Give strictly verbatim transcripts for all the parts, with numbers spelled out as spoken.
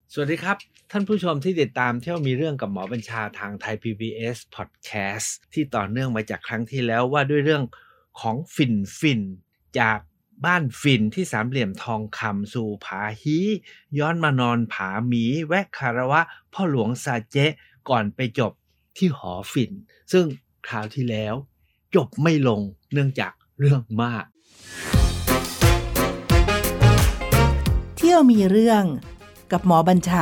สวัสดีครับท่านผู้ชมที่ติดตามเที่ยวมีเรื่องกับหมอบัญชาทางไทย พี บี เอส Podcast ที่ต่อเนื่องมาจากครั้งที่แล้วว่าด้วยเรื่องของฝิ่นฟินจากบ้านฝิ่นที่สามเหลี่ยมทองคำสู่ผาฮีย้อนมานอนผาหมีแวะคารวะพ่อหลวงซาเจ๊ะก่อนไปจบที่หอฝิ่นซึ่งคราวที่แล้วจบไม่ลงเนื่องจากเรื่องมากเที่ยวมีเรื่องกับหมอบัญชา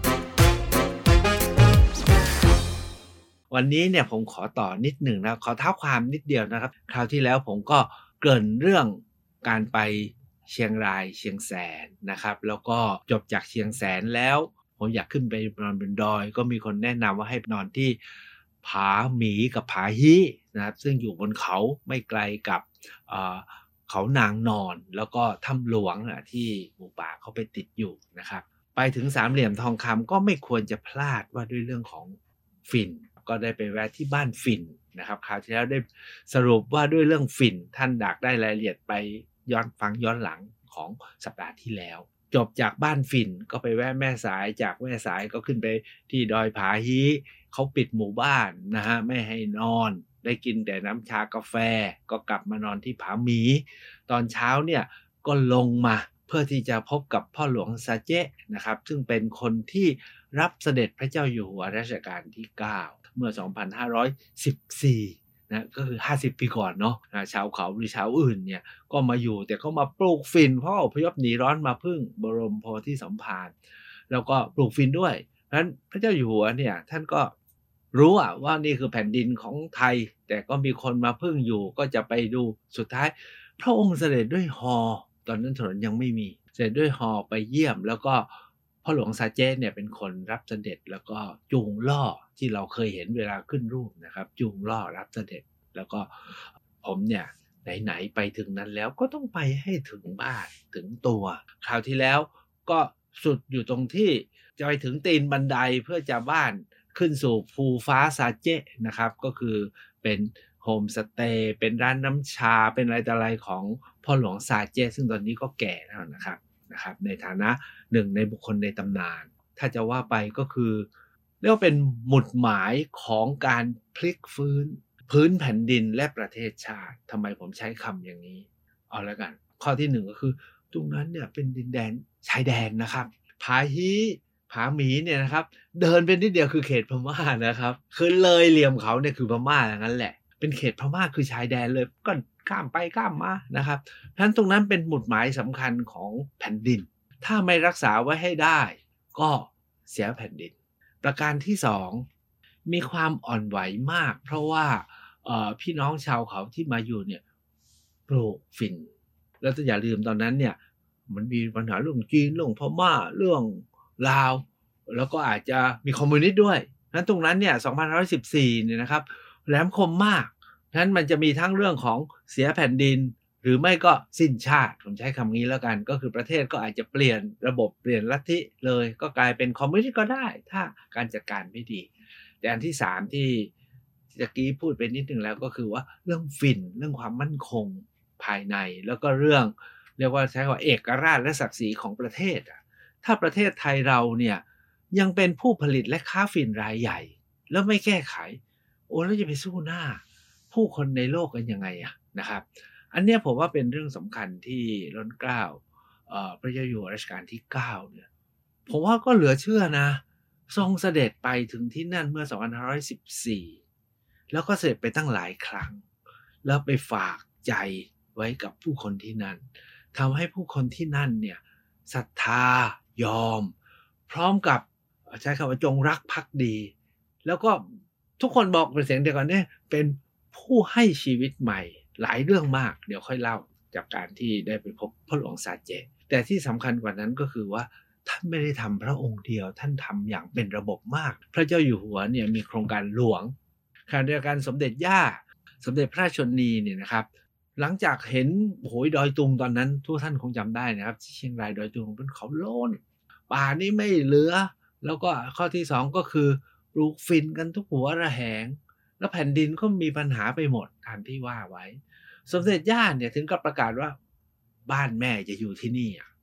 วันนี้เนี่ยผมขอต่อนิดหนึ่งนะขอเท้าความนิดเดียวนะครับคราวที่แล้วผมก็เกริ่นเรื่องการไปเชียงรายเชียงแสนนะครับแล้วก็จบจากเชียงแสนแล้วผมอยากขึ้นไปนอนบนดอยก็มีคนแนะนำว่าให้นอนที่ผาหมีกับผาฮีนะครับซึ่งอยู่บนเขาไม่ไกลกับเขานางนอนแล้วก็ถ้ำหลวงนะที่หมู่ป่าเขาไปติดอยู่นะครับไปถึงสามเหลี่ยมทองคำก็ไม่ควรจะพลาดว่าด้วยเรื่องของฝิ่นก็ได้ไปแวะที่บ้านฝิ่นนะครับคราวที่แล้วได้สรุปว่าด้วยเรื่องฝิ่นท่านอยากได้รายละเอียดไปย้อนฟังย้อนหลังของสัปดาห์ที่แล้วจบจากบ้านฝิ่นก็ไปแวะแม่สายจากแม่สายก็ขึ้นไปที่ดอยผาฮีเขาปิดหมู่บ้านนะฮะไม่ให้นอนได้กินแต่น้ำชากาแฟก็กลับมานอนที่ผาหมีตอนเช้าเนี่ยก็ลงมาเพื่อที่จะพบกับพ่อหลวงซาเจ๊ะนะครับซึ่งเป็นคนที่รับเสด็จพระเจ้าอยู่หัวรัชกาลที่เก้าเมื่อสองพันห้าร้อยสิบสี่นะก็คือห้าสิบปีก่อนเนาะชาวเขาหรือชาวอื่นเนี่ยก็มาอยู่แต่เขามาปลูกฝิ่นเพราะอพยพหนีร้อนมาพึ่งบรมโพธิสมภารแล้วก็ปลูกฝิ่นด้วยเพราะฉะนั้นพระเจ้าอยู่หัวเนี่ยท่านก็รู้ว่านี่คือแผ่นดินของไทยแต่ก็มีคนมาพึ่งอยู่ก็จะไปดูสุดท้ายพระองค์เสด็จด้วยฮอตอนนั้นถนนยังไม่มีเสด็จด้วยฮอไปเยี่ยมแล้วก็พ่อหลวงซาเจ๊ะเนี่ยเป็นคนรับเสด็จแล้วก็จูงล่อที่เราเคยเห็นเวลาขึ้นรูปนะครับจูงล่อรับเสด็จแล้วก็ผมเนี่ยไหนๆไปถึงนั้นแล้วก็ต้องไปให้ถึงบ้านถึงตัวคราวที่แล้วก็สุดอยู่ตรงที่จะไปถึงตีนบันไดเพื่อจะบ้านขึ้นสู่ภูฟ้าซาเจ๊ะนะครับก็คือเป็นโฮมสเตย์เป็นร้านน้ำชาเป็นอะไรต่ออะไรของพ่อหลวงซาเจ๊ะซึ่งตอนนี้ก็แก่แล้วนะครับนะครับในฐานะหนึ่งในบุคคลในตำนานถ้าจะว่าไปก็คือเรียกว่าเป็นหมุดหมายของการพลิกฟื้นพื้นแผ่นดินและประเทศชาติทำไมผมใช้คำอย่างนี้เอาละกันข้อที่หนึ่งก็คือตรงนั้นเนี่ยเป็นดินแดนชายแดนนะครับผาฮีผาหมีเนี่ยนะครับเดินเป็นนิดเดียวคือเขตพม่านะครับคือเลยเหลี่ยมเขาเนี่ยคือพม่าอย่างนั้นแหละเป็นเขตพม่าคือชายแดนเลยก็ข้ามไปข้ามมานะครับฉะนั้นตรงนั้นเป็นหมุดหมายสำคัญของแผ่นดินถ้าไม่รักษาไว้ให้ได้ก็เสียแผ่นดินประการที่สองมีความอ่อนไหวมากเพราะว่าพี่น้องชาวเขาที่มาอยู่เนี่ยปลูกฝิ่นแล้วอย่าลืมตอนนั้นเนี่ยมันมีปัญหาเรื่องจีนเรื่องพม่าเรื่องลาวแล้วก็อาจจะมีคอมมิวนิสต์ด้วยนั้นตรงนั้นเนี่ยสองพันห้าร้อยสิบสี่เนี่ยนะครับแหลมคมมากนั้นมันจะมีทั้งเรื่องของเสียแผ่นดินหรือไม่ก็สิ้นชาติผมใช้คำนี้แล้วกันก็คือประเทศก็อาจจะเปลี่ยนระบบเปลี่ยนลัทธิเลยก็กลายเป็นคอมมิวนิสต์ก็ได้ถ้าการจัดการไม่ดีแต่อันที่สามที่ตะกี้พูดไปนิดนึงแล้วก็คือว่าเรื่องฝิ่นเรื่องความมั่นคงภายในแล้วก็เรื่องเรียกว่าใช้คำว่าเอกราชและศักดิ์ศรีของประเทศถ้าประเทศไทยเราเนี่ยยังเป็นผู้ผลิตและค้าฝิ่นรายใหญ่แล้วไม่แก้ไขโอ้แล้วจะไปสู้หน้าผู้คนในโลกกันยังไงอะนะครับอันนี้ผมว่าเป็นเรื่องสำคัญที่ล้นเกล้าพระเจ้าอยู่หัวรัชกาลที่เก้าเนี่ยผมว่าก็เหลือเชื่อนะทรงเสด็จไปถึงที่นั่นเมื่อสองพันห้าร้อยสิบสี่แล้วก็เสด็จไปตั้งหลายครั้งแล้วไปฝากใจไว้กับผู้คนที่นั่นทำให้ผู้คนที่นั่นเนี่ยศรัทธายอมพร้อมกับใช้คำว่าจงรักภักดีแล้วก็ทุกคนบอกเป็นเสียงเดียวกันเนี่ยเป็นผู้ให้ชีวิตใหม่หลายเรื่องมากเดี๋ยวค่อยเล่าจากการที่ได้ไปพบพ่อหลวงซาเจ๊ะแต่ที่สำคัญกว่านั้นก็คือว่าท่านไม่ได้ทำพระองค์เดียวท่านทำอย่างเป็นระบบมากพระเจ้าอยู่หัวเนี่ยมีโครงการหลวงขณะเดียวกันสมเด็จย่าสมเด็จพระราชชนนีเนี่ยนะครับหลังจากเห็นโหยดอยตุงตอนนั้นทุกท่านคงจำได้นะครับที่เชียงรายดอยตุงเป็นเขาโล้นป่านี่ไม่เหลือแล้วก็ข้อที่สองก็คือปลูกฝิ่นกันทุกหัวระแหงแล้วแผ่นดินก็มีปัญหาไปหมดตามที่ว่าไว้สมเด็จย่าเนี่ยถึงกับประกาศว่าบ้านแม่จะอยู่ที่นี่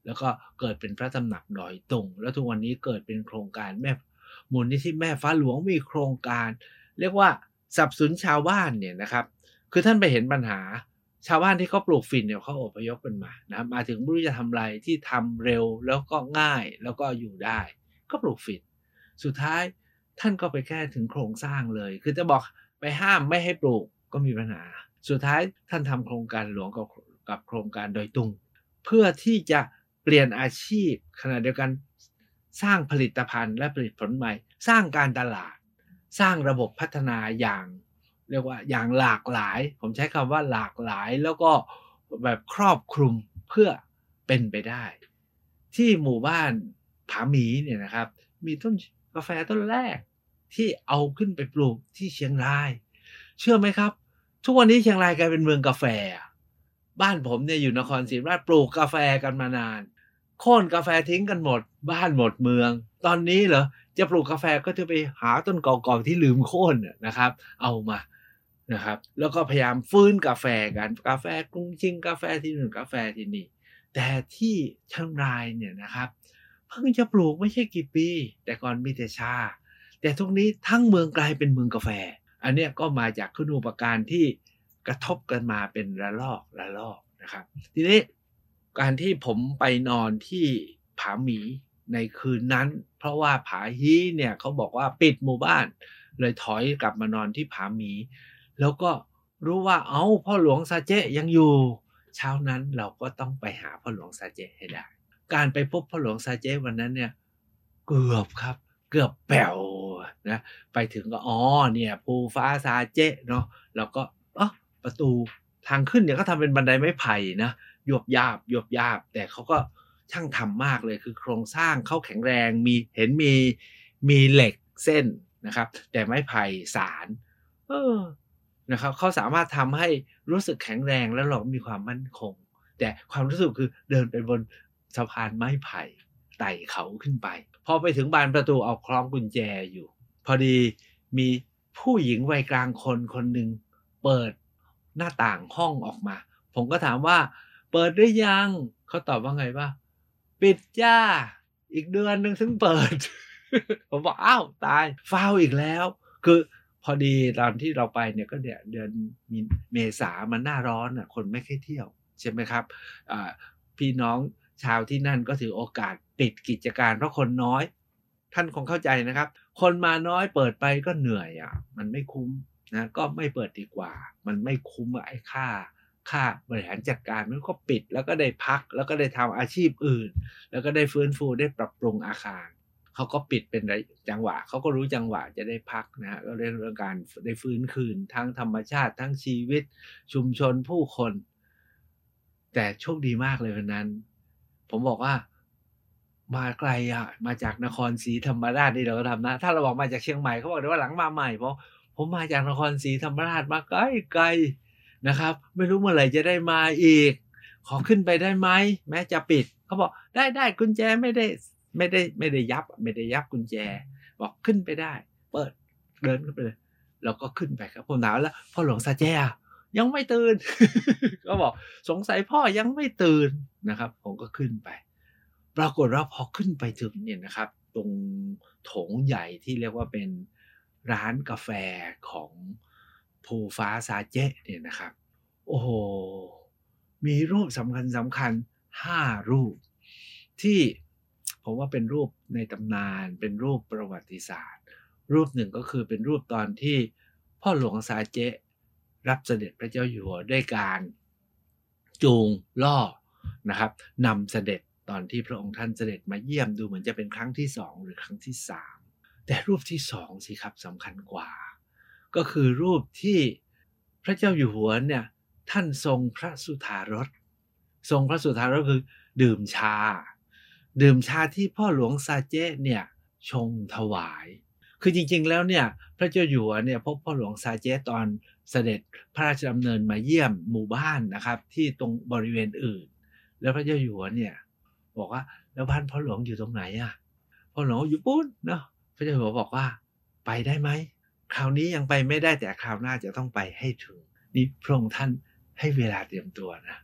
แล้วก็เกิดเป็นพระตำหนักดอยตุงแล้วทุกวันนี้เกิดเป็นโครงการแม่มูลนิธิแม่ฟ้าหลวงมีโครงการเรียกว่าสนับสนุนชาวบ้านเนี่ยนะครับคือท่านไปเห็นปัญหาชาวบ้านที่เขาปลูกฝิ่นเนี่ยเขาอพยพกันมานะมาถึงไม่รู้จะทำอะไรที่ทำเร็วแล้วก็ง่ายแล้วก็อยู่ได้ก็ปลูกฝิ่นสุดท้ายท่านก็ไปแก้ถึงโครงสร้างเลยคือจะบอกไปห้ามไม่ให้ปลูกก็มีปัญหาสุดท้ายท่านทำโครงการหลวงกับกับโครงการดอยตุงเพื่อที่จะเปลี่ยนอาชีพขณะเดียวกันสร้างผลิตภัณฑ์และผลิตผลใหม่สร้างการตลาดสร้างระบบพัฒนาอย่างเรียกว่าอย่างหลากหลายผมใช้คำว่าหลากหลายแล้วก็แบบครอบคลุมเพื่อเป็นไปได้ที่หมู่บ้านผาหมีเนี่ยนะครับมีต้นกาแฟต้นแรกที่เอาขึ้นไปปลูกที่เชียงรายเชื่อไหมครับทุกวันนี้เชียงรายกลายเป็นเมืองกาแฟบ้านผมเนี่ยอยู่นครศรีธรรมราชปลูกกาแฟกันมานานโค่นกาแฟทิ้งกันหมดบ้านหมดเมืองตอนนี้เหรอจะปลูกกาแฟก็จะไปหาต้นเก่าๆที่ลืมโค่นนะครับเอามานะครับแล้วก็พยายามฟื้นกาแฟกันกาแฟกรุงชิงกาแฟที่นู่นกาแฟที่นี่แต่ที่เชียงรายเนี่ยนะครับเพิ่งจะปลูกไม่ใช่กี่ปีแต่ก่อนมีแต่ชาแต่ทุกนี้ทั้งเมืองกลายเป็นเมืองกาแฟอันเนี้ยก็มาจากคุณูปการที่กระทบกันมาเป็นระลอกระลอกนะครับทีนี้การที่ผมไปนอนที่ผาหมีในคืนนั้นเพราะว่าผาฮีเนี่ยเขาบอกว่าปิดหมู่บ้านเลยถอยกลับมานอนที่ผาหมีแล้วก็รู้ว่าเอ้าพ่อหลวงซาเจ๊ยังอยู่เช้านั้นเราก็ต้องไปหาพ่อหลวงซาเจ๊ให้ได้การไปพบพ่อหลวงซาเจ๊วันนั้นเนี่ยเกือบครับเกือบแป๋วนะไปถึงก็อ๋อเนี่ยภูฟ้าซาเจ๊เนาะแล้วก็อ๋อประตูทางขึ้นเนี่ยเขาทำเป็นบันไดไม้ไผ่นะยวบยาบยวบยาบแต่เขาก็ช่างทำมากเลยคือโครงสร้างเขาแข็งแรงมีเห็นมีมีเหล็กเส้นนะครับแต่ไม้ไผ่สารเออนะครับเขาสามารถทำให้รู้สึกแข็งแรงแล้วเรามีความมั่นคงแต่ความรู้สึกคือเดินไปบนสะพานไม้ไผ่ไต่เขาขึ้นไปพอไปถึงบานประตูเอาคล้องกุญแจอยู่พอดีมีผู้หญิงวัยกลางคนคนหนึ่งเปิดหน้าต่างห้องออกมาผมก็ถามว่าเปิดหรือยังเขาตอบว่าไงว่าปิดจ้าอีกเดือนนึงถึงเปิด ผมบอกอ้าวตายฟาวอีกแล้วคือพอดีตอนที่เราไปเนี่ยก็เนี่ยเดือนมีเมษามันหน้าร้อนอ่ะคนไม่ค่อยเที่ยวใช่ไหมครับอ่าพี่น้องชาวที่นั่นก็ถือโอกาสปิดกิจการเพราะคนน้อยท่านคงเข้าใจนะครับคนมาน้อยเปิดไปก็เหนื่อยอ่ะมันไม่คุ้มนะก็ไม่เปิดดีกว่ามันไม่คุ้มไอ้ค่าค่าบริหารจัดการมันก็ปิดแล้วก็ได้พักแล้วก็ได้ทำอาชีพอื่นแล้วก็ได้ฟื้นฟูได้ปรับปรุงอาคารเขาก็ปิดเป็นจังหวะเขาก็รู้จังหวะจะได้พักนะก็เรื่องเรื่องการได้ฟื้นคืนทั้งธรรมชาติทั้งชีวิตชุมชนผู้คนแต่โชคดีมากเลยวันนั้นผมบอกว่ามาไกลอ่ะมาจากนครศรีธรรมราชนี่เราก็ทำนะถ้าเราบอกมาจากเชียงใหม่เขาบอกว่าหลังมาใหม่เพราะผมมาจากนครศรีธรรมราชมาไกลไกลนะครับไม่รู้เมื่อไหร่จะได้มาอีกขอขึ้นไปได้ไหมแม้จะปิดเขาบอกได้ได้กุญแจไม่ได้ไม่ได้ไม่ได้ยับไม่ได้ยับกุญแจบอกขึ้นไปได้เปิดเดินขึ้นไปเลยเราก็ขึ้นไปครับผมถามแล้วพ่อหลวงซาเจ้ยังไม่ตื่น ก็บอกสงสัยพ่อยังไม่ตื่นนะครับผมก็ขึ้นไปปรากฏว่าพอขึ้นไปถึงเนี่ยนะครับตรงโถงใหญ่ที่เรียกว่าเป็นร้านกาแฟของภูฟ้าซาเจ๊เนี่ยนะครับโอ้โหมีรูปสำคัญสำคัญห้ารูปที่ผมว่าเป็นรูปในตำนานเป็นรูปประวัติศาสตร์รูปหนึ่งก็คือเป็นรูปตอนที่พ่อหลวงซาเจ๊รับเสด็จพระเจ้าอยู่หัวด้วยการจูงล่อนะครับนำเสด็จตอนที่พระองค์ท่านเสด็จมาเยี่ยมดูเหมือนจะเป็นครั้งที่สองหรือครั้งที่สามแต่รูปที่สองสิครับสำคัญกว่าก็คือรูปที่พระเจ้าอยู่หัวเนี่ยท่านทรงพระสุธารสทรงพระสุธารสคือดื่มชาดื่มชาที่พ่อหลวงซาเจ๊เนี่ยชงถวายคือจริงๆแล้วเนี่ยพระเจ้าอยู่หัวเนี่ยพบพ่อหลวงซาเจ๊ตอนเสด็จพระราชดำเนินมาเยี่ยมหมู่บ้านนะครับที่ตรงบริเวณอื่นแล้วพระเจ้าอยู่หัวเนี่ยบอกว่าแล้วบ้านพ่อหลวงอยู่ตรงไหนอ่ะพ่อหลวงอยู่ปุ้นเนาะพระเจ้าอยู่หัวบอกว่าไปได้ไหมคราวนี้ยังไปไม่ได้แต่คราวหน้าจะต้องไปให้ถึงนี่พระองค์ท่านให้เวลาเตรียมตัวนะ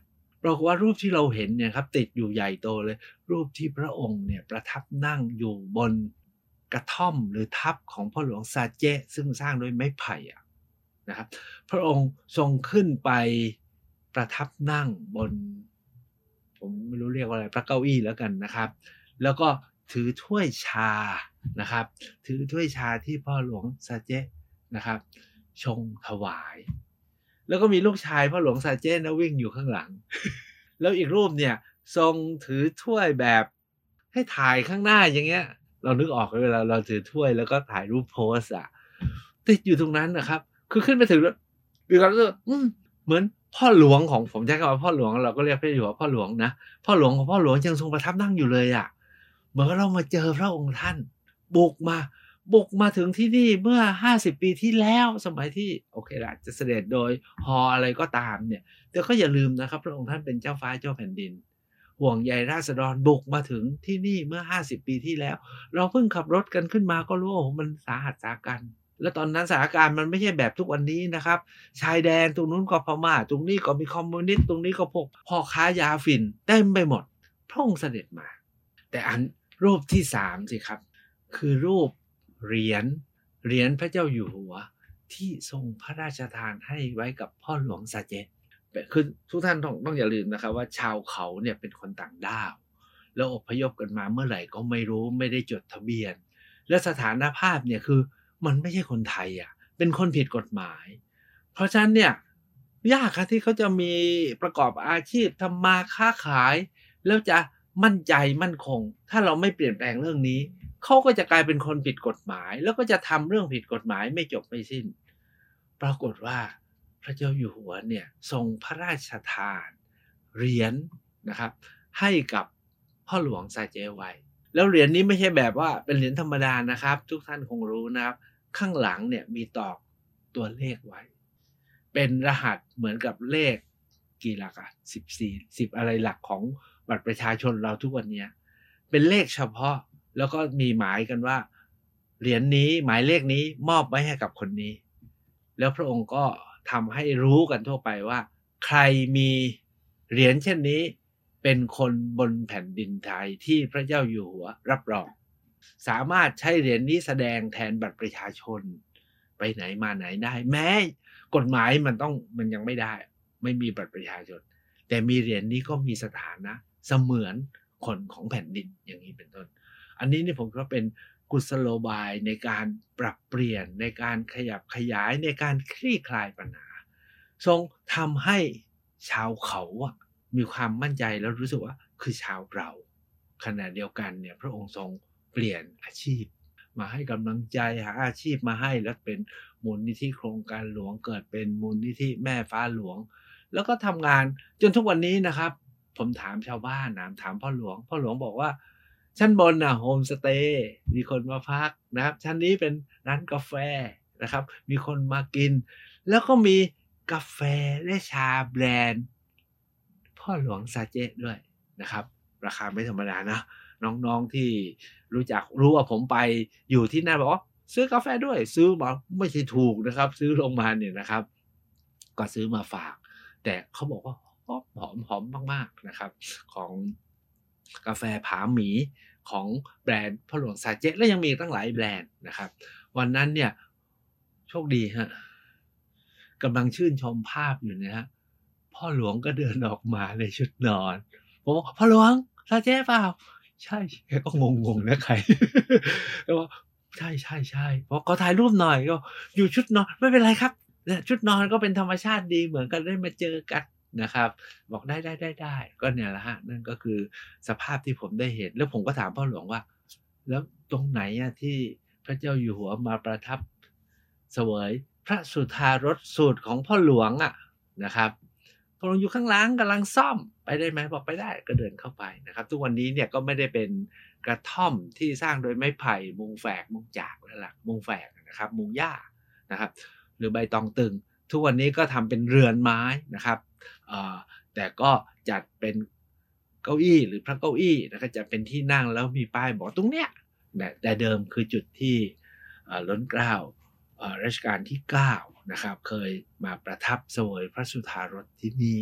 ปรากฏว่ารูปที่เราเห็นเนี่ยครับติดอยู่ใหญ่โตเลยรูปที่พระองค์เนี่ยประทับนั่งอยู่บนกระท่อมหรือทับของพ่อหลวงซาเจ๊ซึ่งสร้างด้วยไม้ไผ่อะนะครับพระองค์ทรงขึ้นไปประทับนั่งบนผมไม่รู้เรียกว่าอะไรพระเก้าอี้แล้วกันนะครับแล้วก็ถือถ้วยชานะครับถือถ้วยชาที่พ่อหลวงซาเจ๊นะครับชงถวายแล้วก็มีลูกชายพ่อหลวงซาเจ๊นะวิ่งอยู่ข้างหลัง แล้วอีกรูปเนี่ยทรงถือถ้วยแบบให้ถ่ายข้างหน้าอย่างเงี้ยเรานึกออกเวลาเราถือถ้วยแล้วก็ถ่ายรูปโพสอะติดอยู่ตรงนั้นนะครับคือขึ้นไปถึงแล้วมีความรู้สึกเหมือนพ่อหลวงของผมใช้คำว่าพ่อหลวงเราก็เรียกพระเจ้าอยู่หัวพ่อหลวงนะพ่อหลวงของพ่อหลวงยังทรงประทับนั่งอยู่เลยอะเหมือนกับเรามาเจอพระองค์ท่านบุกมาบุกมาถึงที่นี่เมื่อห้าสิบปีที่แล้วสมัยที่โอเคละจะเสด็จโดยฮออะไรก็ตามเนี่ยแต่ก็อย่าลืมนะครับพระองค์ท่านเป็นเจ้าฟ้าเจ้าแผ่นดินห่วงใยราษฎรบุกมาถึงที่นี่เมื่อห้าสิบปีที่แล้วเราเพิ่งขับรถกันขึ้นมาก็รู้ว่าโอ้โหมันสาหัสสากันแล้วตอนนั้นสถานการณ์มันไม่ใช่แบบทุกวันนี้นะครับชายแดนตรงนู้นก็พม่าตรงนี้ก็มีคอมมิวนิสต์ตรงนี้ก็พวกพ่อค้ายาฝิ่นเต็มไปหมดพระองค์เสด็จมาแต่อันรูปที่สามสิครับคือรูปเหรียญเหรียญพระเจ้าอยู่หัวที่ทรงพระราชทานให้ไว้กับพ่อหลวงซาเจ๊คือทุกท่านต้องต้องอย่าลืมนะครับว่าชาวเขาเนี่ยเป็นคนต่างด้าวแล้วอพยพกันมาเมื่อไหร่ก็ไม่รู้ไม่ได้จดทะเบียนและสถานภาพเนี่ยคือมันไม่ใช่คนไทยอ่ะเป็นคนผิดกฎหมายเพราะฉะนั้นเนี่ยยากครับที่เขาจะมีประกอบอาชีพทำมาค้าขายแล้วจะมั่นใจมั่นคงถ้าเราไม่เปลี่ยนแปลงเรื่องนี้เขาก็จะกลายเป็นคนผิดกฎหมายแล้วก็จะทำเรื่องผิดกฎหมายไม่จบไม่สิ้นปรากฏว่าพระเจ้าอยู่หัวเนี่ยทรงพระราชทานเหรียญนะครับให้กับพ่อหลวงซาเจ๊ไว้แล้วเหรียญนี้ไม่ใช่แบบว่าเป็นเหรียญธรรมดานะครับทุกท่านคงรู้นะครับข้างหลังเนี่ยมีตอกตัวเลขไว้เป็นรหัสเหมือนกับเลขกี่หลักอะสิบสี่ สิบอะไรหลักของบัตรประชาชนเราทุกวันนี้เป็นเลขเฉพาะแล้วก็มีหมายกันว่าเหรียญนี้หมายเลขนี้มอบไว้ให้กับคนนี้แล้วพระองค์ก็ทำให้รู้กันทั่วไปว่าใครมีเหรียญเช่นนี้เป็นคนบนแผ่นดินไทยที่พระเจ้าอยู่หัวรับรองสามารถใช้เหรียญนี้แสดงแทนบัตรประชาชนไปไหนมาไหนได้แม้กฎหมายมันต้องมันยังไม่ได้ไม่มีบัตรประชาชนแต่มีเหรียญนี้ก็มีสถานะเสมือนคนของแผ่นดินอย่างนี้เป็นต้นอันนี้นี่ผมก็เป็นกุศโลบายในการปรับเปลี่ยนในการขยับขยายในการคลี่คลายปัญหาทรงทำให้ชาวเขาอะมีความมั่นใจแล้วรู้สึกว่าคือชาวเราขณะเดียวกันเนี่ยพระองค์ทรงเปลี่ยนอาชีพมาให้กำลังใจหาอาชีพมาให้แล้วเป็นมูลนิธิโครงการหลวงเกิดเป็นมูลนิธิแม่ฟ้าหลวงแล้วก็ทำงานจนทุกวันนี้นะครับผมถามชาวบ้านนะถามพ่อหลวงพ่อหลวงบอกว่าชั้นบนน่ะโฮมสเตย์มีคนมาพักนะครับชั้นนี้เป็นร้านกาแฟนะครับมีคนมากินแล้วก็มีกาแฟและชาแบรนด์พ่อหลวงซาเจ๊ด้วยนะครับราคาไม่ธรรมดานะน้องๆที่รู้จักรู้ว่าผมไปอยู่ที่นั่นบอกว่าซื้อกาแฟด้วยซื้อมาไม่ใช่ถูกนะครับซื้อลงมาเนี่ยนะครับก็ซื้อมาฝากแต่เขาบอกว่าหอมหอมมากๆนะครับของกาแฟผาหมีของแบรนด์พ่อหลวงซาเจ๊และยังมีตั้งหลายแบรนด์นะครับวันนั้นเนี่ยโชคดีฮะกำลังชื่นชมภาพอยู่นะฮะพ่อหลวงก็เดินออกมาในชุดนอนผมบอกพ่อหลวงซาเจ๊เปล่าใช่แกก็งงๆนะใครก็ว่าใช่ใช่ใช่พอขอถ่ายรูปหน่อยก็อยู่ชุดนอนไม่เป็นไรครับชุดนอนก็เป็นธรรมชาติดีเหมือนกันได้มาเจอกันนะครับบอกได้ได้ได้ได้ก็เนี่ยแหละฮะนั่นก็คือสภาพที่ผมได้เห็นแล้วผมก็ถามพ่อหลวงว่าแล้วตรงไหนอะที่พระเจ้าอยู่หัวมาประทับเสวยพระสุธารสสูตรของพ่อหลวงอะนะครับพระองค์อยู่ข้างหลังกำลังซ่อมไปได้ไหมบอกไปได้ก็เดินเข้าไปนะครับทุกวันนี้เนี่ยก็ไม่ได้เป็นกระท่อมที่สร้างโดยไม้ไผ่มุงแฝกมุงจากแล้วล่ะมุงแฝกนะครับมุงหญ้านะครับหรือใบตองตึงทุกวันนี้ก็ทำเป็นเรือนไม้นะครับแต่ก็จัดเป็นเก้าอี้หรือพระเก้าอี้นะครับจะเป็นที่นั่งแล้วมีป้ายบอกตรงเนี้ยแต่เดิมคือจุดที่ล้นเกล้ารัชกาลที่เก้านะครับเคยมาประทับเสวยพระสุธารสที่นี่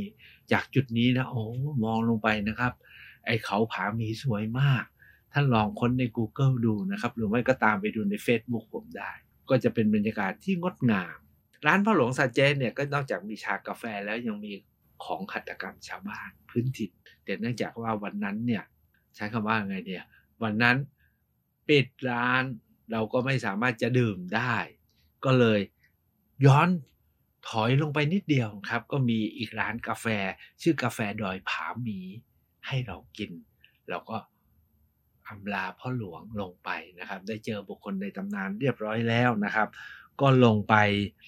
จากจุดนี้นะโอ้มองลงไปนะครับไอ้เขาผาหมีสวยมากท่านลองค้นใน Google ดูนะครับหรือไม่ก็ตามไปดูในเฟซบุ๊กผมได้ก็จะเป็นบรรยากาศที่งดงามร้านพ่อหลวงซาเจ๊เนี่ยก็นอกจากมีชากาแฟแล้วยังมีของหัตถกรรมชาวบ้านพื้นถิ่นแต่เนื่องจากว่าวันนั้นเนี่ยใช้คำว่าไงเนี่ยวันนั้นปิดร้านเราก็ไม่สามารถจะดื่มได้ก็เลยย้อนถอยลงไปนิดเดียวครับก็มีอีกร้านกาแฟชื่อกาแฟดอยผาหมีให้เรากินเราก็อำลาพ่อหลวงลงไปนะครับได้เจอบุคคลในตำนานเรียบร้อยแล้วนะครับก็ลงไป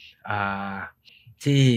ที่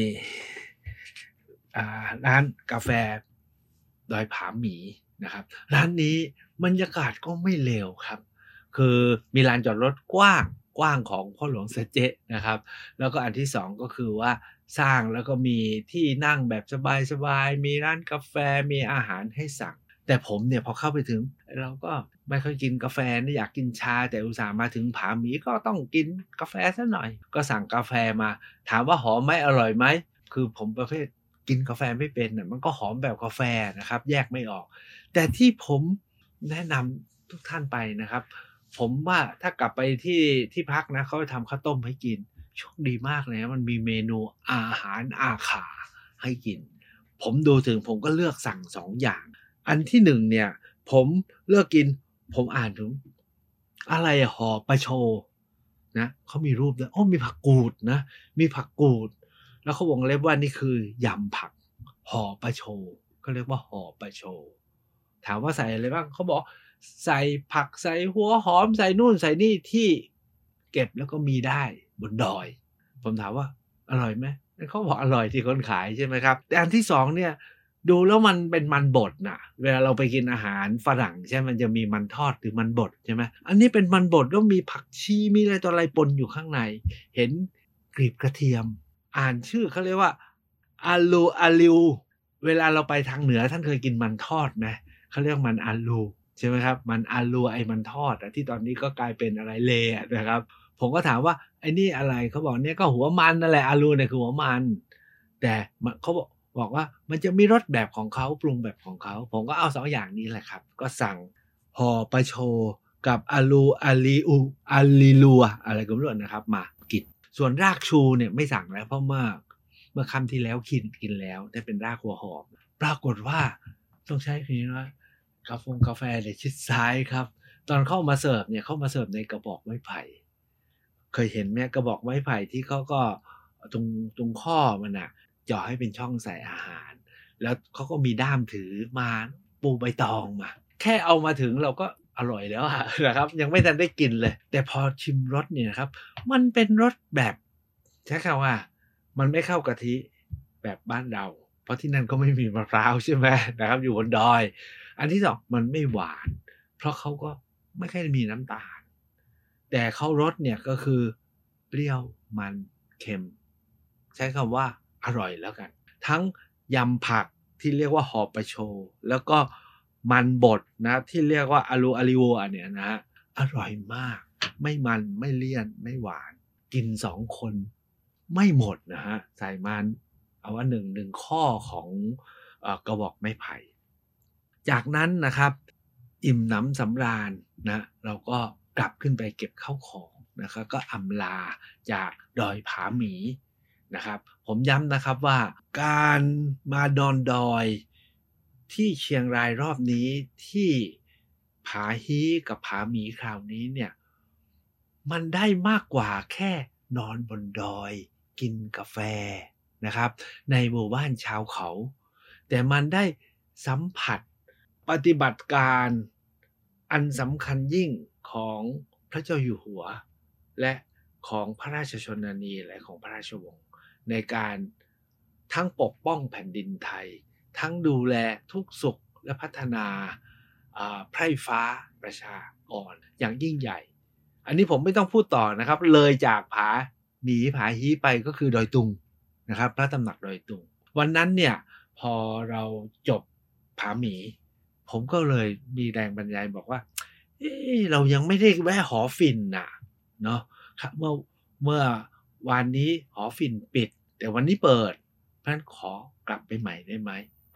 ร้านกาแฟดอยผาหมีนะครับร้านนี้บรรยากาศก็ไม่เลวครับคือมีลานจอดรถกว้างกว้างของพ่อหลวงซาเจ๊นะครับแล้วก็อันที่สองก็คือว่าสร้างแล้วก็มีที่นั่งแบบสบายๆมีร้านกาแฟมีอาหารให้สั่งแต่ผมเนี่ยพอเข้าไปถึงเราก็ไม่ค่อยกินกาแฟนะอยากกินชาแต่อุตส่าห์มาถึงผาหมีก็ต้องกินกาแฟซะหน่อยก็สั่งกาแฟมาถามว่าหอมไหมอร่อยไหมคือผมประเภทกินกาแฟไม่เป็นน่ะมันก็หอมแบบกาแฟนะครับแยกไม่ออกแต่ที่ผมแนะนำทุกท่านไปนะครับผมว่าถ้ากลับไปที่ที่พักนะเขาจะทำข้าวต้มให้กินโชคดีมากเลยนะมันมีเมนูอาหารอาขาให้กินผมดูถึงผมก็เลือกสั่งสองอย่างอันที่หนึ่งเนี่ยผมเลือกกินผมอ่านถึงอะไรอะห่อปลาโชนะเขามีรูปด้วยโอ้มีผักกูดนะมีผักกูดแล้วเขาวงเล็บว่านี่คือยำผักห่อปลาโชก็เรียกว่าห่อปลาโชถามว่าใส่อะไรบ้างเขาบอกใส่ผักใส่หัวหอมใส่นู่นใส่นี่ที่เก็บแล้วก็มีได้บนดอยผมถามว่าอร่อยไหมเขาบอกอร่อยที่คนขายใช่ไหมครับแต่อันที่สองเนี่ยดูแล้วมันเป็นมันบดน่ะเวลาเราไปกินอาหารฝรั่งใช่มันจะมีมันทอดหรือมันบดใช่ไหมอันนี้เป็นมันบดแล้วมีผักชีมีอะไรต่ออะไรปนอยู่ข้างในเห็นกลีบกระเทียมอ่านชื่อเขาเรียกว่าอาลูอาลิวเวลาเราไปทางเหนือท่านเคยกินมันทอดไหมเขาเรียกมันอาลูใช่ไหมครับมันอาลูไอ้มันทอดที่ตอนนี้ก็กลายเป็นอะไรเลนะครับผมก็ถามว่าไอ้นี่อะไรเขาบอกเนี่ยก็หัวมันนั่นแหละอาลูเนี่ยคือหัวมันแต่เขาบอกบอกว่ามันจะมีรสแบบของเขาปรุงแบบของเขาผมก็เอาสองอย่างนี้แหละครับก็สั่งห่อปลาโชกับอาลูอาลีอูอาลีลัวอะไรก็ไม่รู้นะครับมากินส่วนรากชูเนี่ยไม่สั่งแล้วเพราะเมื่อเมื่อค่ำที่แล้วกินกินแล้วได้เป็นรากหัวหอมปรากฏว่าต้องใช้คำนี้ว่ากาแฟกาแฟเนี่ยชิดซ้ายครับตอนเข้ามาเสิร์ฟเนี่ยเข้ามาเสิร์ฟในกระบอกไม้ไผ่เคยเห็นไหมกระบอกไม้ไผ่ที่เขาก็ตรงตรงข้อมันอะเจาะให้เป็นช่องใส่อาหารแล้วเขาก็มีด้ามถือมาปูใบตองมาแค่เอามาถึงเราก็อร่อยแล้วอะนะครับยังไม่ทันได้กินเลยแต่พอชิมรสเนี่ยนะครับมันเป็นรสแบบใช้คำว่ามันไม่เข้ากะทิแบบบ้านเราเพราะที่นั่นก็ไม่มีมะพร้าวใช่ไหมนะครับอยู่บนดอยอันที่สองมันไม่หวานเพราะเขาก็ไม่ค่อยมีน้ำตาลแต่เขารสเนี่ยก็คือเปรี้ยวมันเค็มใช้คำว่าอร่อยแล้วกันทั้งยำผักที่เรียกว่าห่อปลาโชแล้วก็มันบดนะที่เรียกว่าอาลูอาลิโวเนี่ยนะฮะอร่อยมากไม่มันไม่เลี่ยนไม่หวานกินสองคนไม่หมดนะฮะใส่มันเอาว่าหนึ่งหนึ่งข้อของเอ่อกระบอกไม้ไผ่จากนั้นนะครับอิ่มหนำสำราญนะเราก็กลับขึ้นไปเก็บข้าวของนะครับก็อำลาจากดอยผาหมีนะครับผมย้ำนะครับว่าการมาดอนดอยที่เชียงรายรอบนี้ที่ผาฮีกับผาหมีคราวนี้เนี่ยมันได้มากกว่าแค่นอนบนดอยกินกาแฟนะครับในหมู่บ้านชาวเขาแต่มันได้สัมผัสปฏิบัติการอันสำคัญยิ่งของพระเจ้าอยู่หัวและของพระราชชนนีและของพระราชวงศ์ในการทั้งปกป้องแผ่นดินไทยทั้งดูแลทุกสุขและพัฒนาไพร่ฟ้าประชากรอย่างยิ่งใหญ่อันนี้ผมไม่ต้องพูดต่อนะครับเลยจากผาหมีผาฮีไปก็คือดอยตุงนะครับพระตำหนักดอยตุงวันนั้นเนี่ยพอเราจบผาหมีผมก็เลยมีแรงบรรยายบอกว่าเอ๊ะเรายังไม่ได้แวะหอฝิ่นน่ะเนาะครับเมื่อเมื่อวานนี้หอฝิ่นปิดแต่วันนี้เปิดเพราะฉะนั้นขอกลับไปใหม่ได้ไหม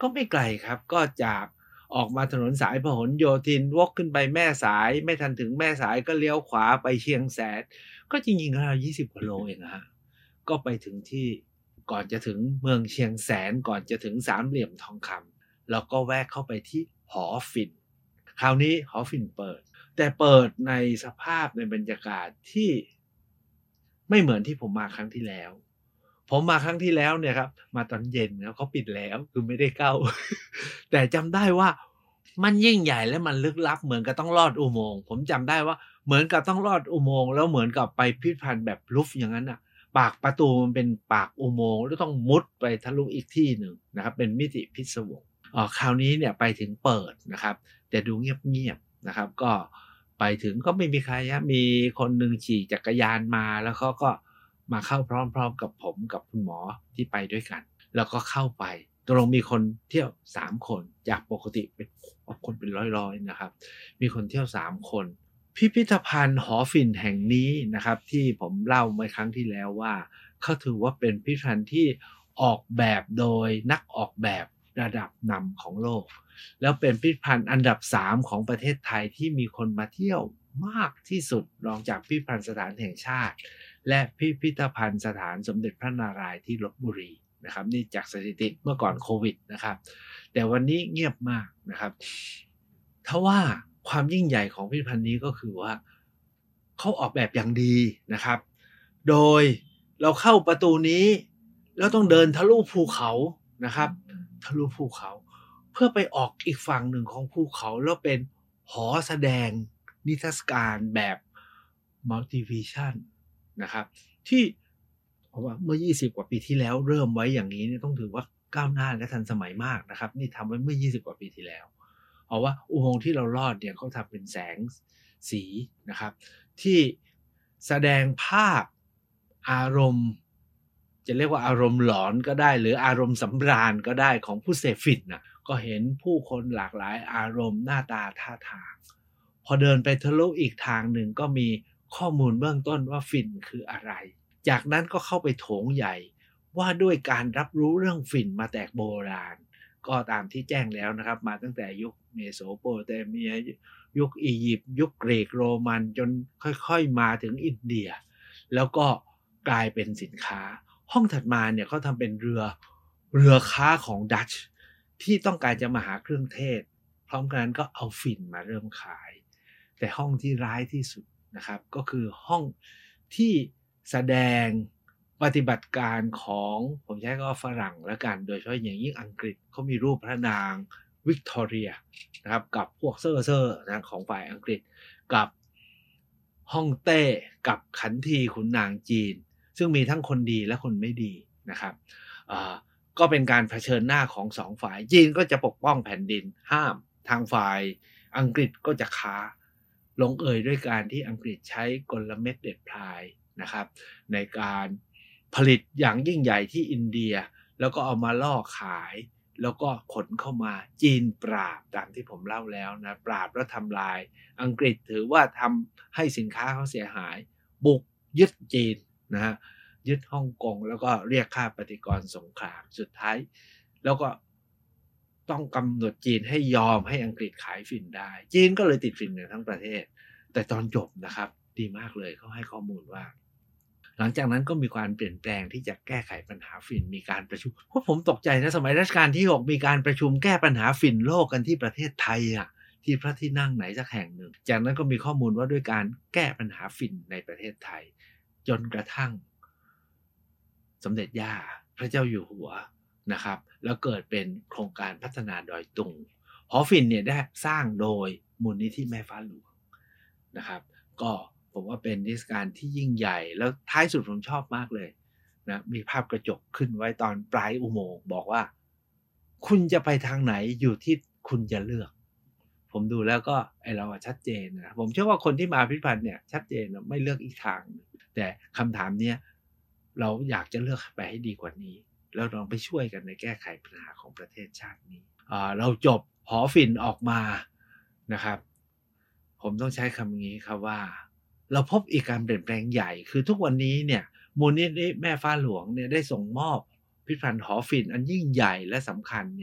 ก็ไม่ไกลครับก็จากออกมาถนนสายพหลโยธินวกขึ้นไปแม่สายไม่ทันถึงแม่สายก็เลี้ยวขวาไปเชียงแสนก็จริงๆแล้วยี่สิบกว่าโลเองอะฮะก็ไปถึงที่ก่อนจะถึงเมืองเชียงแสนก่อนจะถึงสามเหลี่ยมทองคำแล้วก็แวะเข้าไปที่หอฝิ่นคราวนี้หอฝิ่นเปิดแต่เปิดในสภาพในบรรยากาศที่ไม่เหมือนที่ผมมาครั้งที่แล้วผมมาครั้งที่แล้วเนี่ยครับมาตอนเย็นแล้วเขาปิดแล้วคือไม่ได้เข้า แต่จำได้ว่ามันยิ่งใหญ่และมันลึกลับเหมือนกับต้องลอดอุโมงค์ผมจำได้ว่าเหมือนกับต้องลอดอุโมงค์แล้วเหมือนกับไปพิพิธภัณฑ์แบบลูฟร์อย่างนั้นน่ะปากประตูมันเป็นปากอุโมงค์แล้วต้องมุดไปทะลุอีกที่หนึ่งนะครับเป็นมิติพิศวงอ่าคราวนี้เนี่ยไปถึงเปิดนะครับแต่ดูเงียบๆนะครับก็ไปถึงก็ไม่มีใครฮะมีคนหนึ่งขี่จักรยานมาแล้วเขาก็มาเข้าพร้อมๆกับผมกับคุณหมอที่ไปด้วยกันแล้วก็เข้าไปตกลงมีคนเที่ยวสามคนจากปกติเป็นคนเป็นร้อยๆนะครับมีคนเที่ยวสามคนพิพิธภัณฑ์หอฝิ่นแห่งนี้นะครับที่ผมเล่าเมื่อครั้งที่แล้วว่าเขาถือว่าเป็นพิพิธภัณฑ์ที่ออกแบบโดยนักออกแบบระดับนำของโลกแล้วเป็นพิพิธภัณฑ์อันดับสามของประเทศไทยที่มีคนมาเที่ยวมากที่สุดรองจากพิพิธภัณฑ์สถานแห่งชาติและพิพิธภัณฑ์สถานสมเด็จพระนารายณ์ที่ลพบุรีนะครับนี่จากสถิติเมื่อก่อนโควิดนะครับแต่วันนี้เงียบมากนะครับถ้าว่าความยิ่งใหญ่ของพิพิธภัณฑ์นี้ก็คือว่าเขาออกแบบอย่างดีนะครับโดยเราเข้าประตูนี้แล้วต้องเดินทะลุภูเขานะครับทะลุภูเขาเพื่อไปออกอีกฝั่งหนึ่งของภูเขาแล้วเป็นหอแสดงนิทรรศการแบบมัลติวิชั่นนะครับที่เพราะว่าเมื่อยี่สิบกว่าปีที่แล้วเริ่มไว้อย่างนี้เนี่ยต้องถือว่าก้าวหน้าและทันสมัยมากนะครับนี่ทำไว้เมื่อยี่สิบกว่าปีที่แล้วเพราะว่าอุโมงค์ที่เราลอดเนี่ยเขาทำเป็นแสงสีนะครับที่แสดงภาพอารมณ์จะเรียกว่าอารมณ์หลอนก็ได้หรืออารมณ์สำราญก็ได้ของผู้เสพฝิ่นน่ะก็เห็นผู้คนหลากหลายอารมณ์หน้าตาท่าทางพอเดินไปทะลุอีกทางหนึ่งก็มีข้อมูลเบื้องต้นว่าฝิ่นคืออะไรจากนั้นก็เข้าไปโถงใหญ่ว่าด้วยการรับรู้เรื่องฝิ่นมาแต่โบราณก็ตามที่แจ้งแล้วนะครับมาตั้งแต่ยุคเมโสโปเตเมียยุคอียิปต์ยุคกรีกโรมันจนค่อยๆมาถึงอินเดียแล้วก็กลายเป็นสินค้าห้องถัดมาเนี่ยเขาทำเป็นเรือเรือค้าของดัตช์ที่ต้องการจะมาหาเครื่องเทศพร้อมกันนั้นก็เอาฝิ่นมาเริ่มขายแต่ห้องที่ร้ายที่สุดนะครับก็คือห้องที่แสดงปฏิบัติการของผมใช้คำว่าฝรั่งแล้วกันโดยเฉพาะอย่างยิ่งอังกฤษเขามีรูปพระนางวิกตอเรียนะครับกับพวกเซอร์เซอร์นะของฝ่ายอังกฤษกับฮ่องเต้กับขันทีขุนนางจีนซึ่งมีทั้งคนดีและคนไม่ดีนะครับก็เป็นการเผชิญหน้าของสองฝ่ายจีนก็จะปกป้องแผ่นดินห้ามทางฝ่ายอังกฤษก็จะค้าลงเอยด้วยการที่อังกฤษใช้กลเม็ดเด็ดพลายนะครับในการผลิตอย่างยิ่งใหญ่ที่อินเดียแล้วก็เอามาล่อขายแล้วก็ขนเข้ามาจีนปราบตามที่ผมเล่าแล้วนะปราบแล้วทำลายอังกฤษถือว่าทำให้สินค้าเขาเสียหายบุกยึดจีนนะฮะยึดฮ่องกงแล้วก็เรียกค่าปฏิกรณ์สงครามสุดท้ายแล้วก็ต้องกำหนดจีนให้ยอมให้อังกฤษขายฝิ่นได้จีนก็เลยติดฝิ่นกันทั้งประเทศแต่ตอนจบนะครับดีมากเลยเขาให้ข้อมูลว่าหลังจากนั้นก็มีการเปลี่ยนแปลงที่จะแก้ไขปัญหาฝิ่นมีการประชุมเพราะผมตกใจนะสมัยรัชกาลที่หกมีการประชุมแก้ปัญหาฝิ่นโลกกันที่ประเทศไทยอ่ะที่พระที่นั่งไหนสักแห่งหนึ่งจากนั้นก็มีข้อมูลว่าด้วยการแก้ปัญหาฝิ่นในประเทศไทยจนกระทั่งสมเด็จย่าพระเจ้าอยู่หัวนะครับแล้วเกิดเป็นโครงการพัฒนาดอยตุงหอฝิ่นเนี่ยได้สร้างโดยมูลนิธิแม่ฟ้าหลวงนะครับก็ผมว่าเป็นนิทรรศการที่ยิ่งใหญ่แล้วท้ายสุดผมชอบมากเลยนะมีภาพกระจกขึ้นไว้ตอนปลายอุโมงค์บอกว่าคุณจะไปทางไหนอยู่ที่คุณจะเลือกผมดูแล้วก็ไอเราชัดเจนนะผมเชื่อว่าคนที่มาพิพิธภัณฑ์เนี่ยชัดเจนไม่เลือกอีกทางแต่คำถามเนี้ยเราอยากจะเลือกไปให้ดีกว่านี้แล้วลองไปช่วยกันในแก้ไขปัญหาของประเทศชาตินี้เราจบหอฝิ่นออกมานะครับผมต้องใช้คำนี้ครับว่าเราพบอีกการเปลี่ยนแปลงใหญ่คือทุกวันนี้เนี่ยมูลนิธิแม่ฟ้าหลวงเนี่ยได้ส่งมอบพิพิธภัณฑ์หอฝิ่นอันยิ่งใหญ่และสำคัญเนี่ย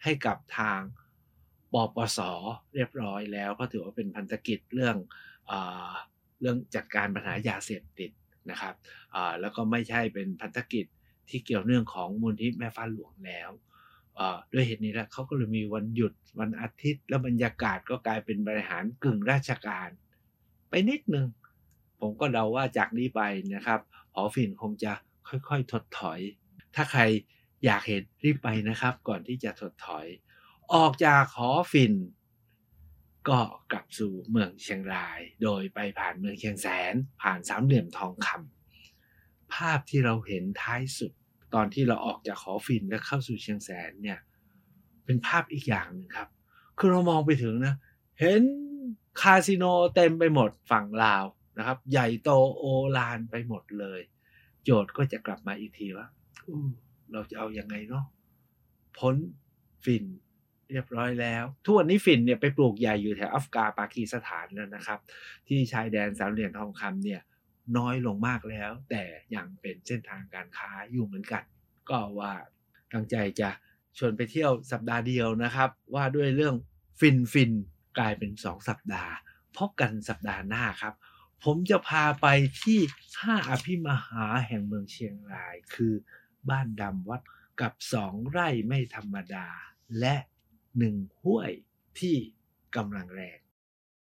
ให้กับทางปปส.เรียบร้อยแล้วก็ถือว่าเป็นพันธกิจเรื่องเอ่อเรื่องจัดการปัญหายาเสพติดนะครับอ่าแล้วก็ไม่ใช่เป็นพันธกิจที่เกี่ยวเนื่องของมูลที่แม่ฟ้าหลวงแล้วเอ่อด้วยเหตุนี้แหละเขาก็เลยมีวันหยุดวันอาทิตย์แล้วบรรยากาศก็กลายเป็นบริหารกึ่งราชการไปนิดนึงผมก็เดาว่าจากนี้ไปนะครับหอฝิ่นคงจะค่อยๆถดถอยถ้าใครอยากเห็นรีบไปนะครับก่อนที่จะถดถอยออกจากหอฝิ่นก็กลับสู่เมืองเชียงรายโดยไปผ่านเมืองเชียงแสนผ่านสามเหลี่ยมทองคำภาพที่เราเห็นท้ายสุดตอนที่เราออกจากหอฝิ่นและเข้าสู่เชียงแสนเนี่ยเป็นภาพอีกอย่างหนึ่งครับคือเรามองไปถึงนะเห็นคาสิโนเต็มไปหมดฝั่งลาวนะครับใหญ่โตโอฬารไปหมดเลยโจทย์ก็จะกลับมาอีกทีว่าอือเราจะเอายังไงเนาะพ้นฝิ่นเรียบร้อยแล้วทุกวันนี้ฝิ่นเนี่ยไปปลูกใหญ่อยู่แถวอัฟกาปากีสถานแล้วนะครับที่ชายแดนสามเหลี่ยมทองคำเนี่ยน้อยลงมากแล้วแต่ยังเป็นเส้นทางการค้าอยู่เหมือนกันก็ว่าตั้งใจจะชวนไปเที่ยวสัปดาห์เดียวนะครับว่าด้วยเรื่องฟินฟินกลายเป็นสองสัปดาห์พบกันสัปดาห์หน้าครับผมจะพาไปที่ห้าอภิมหาแห่งเมืองเชียงรายคือบ้านดำวัดกับสองไร่ไม่ธรรมดาและหนึ่งห้วยที่กำลังแรง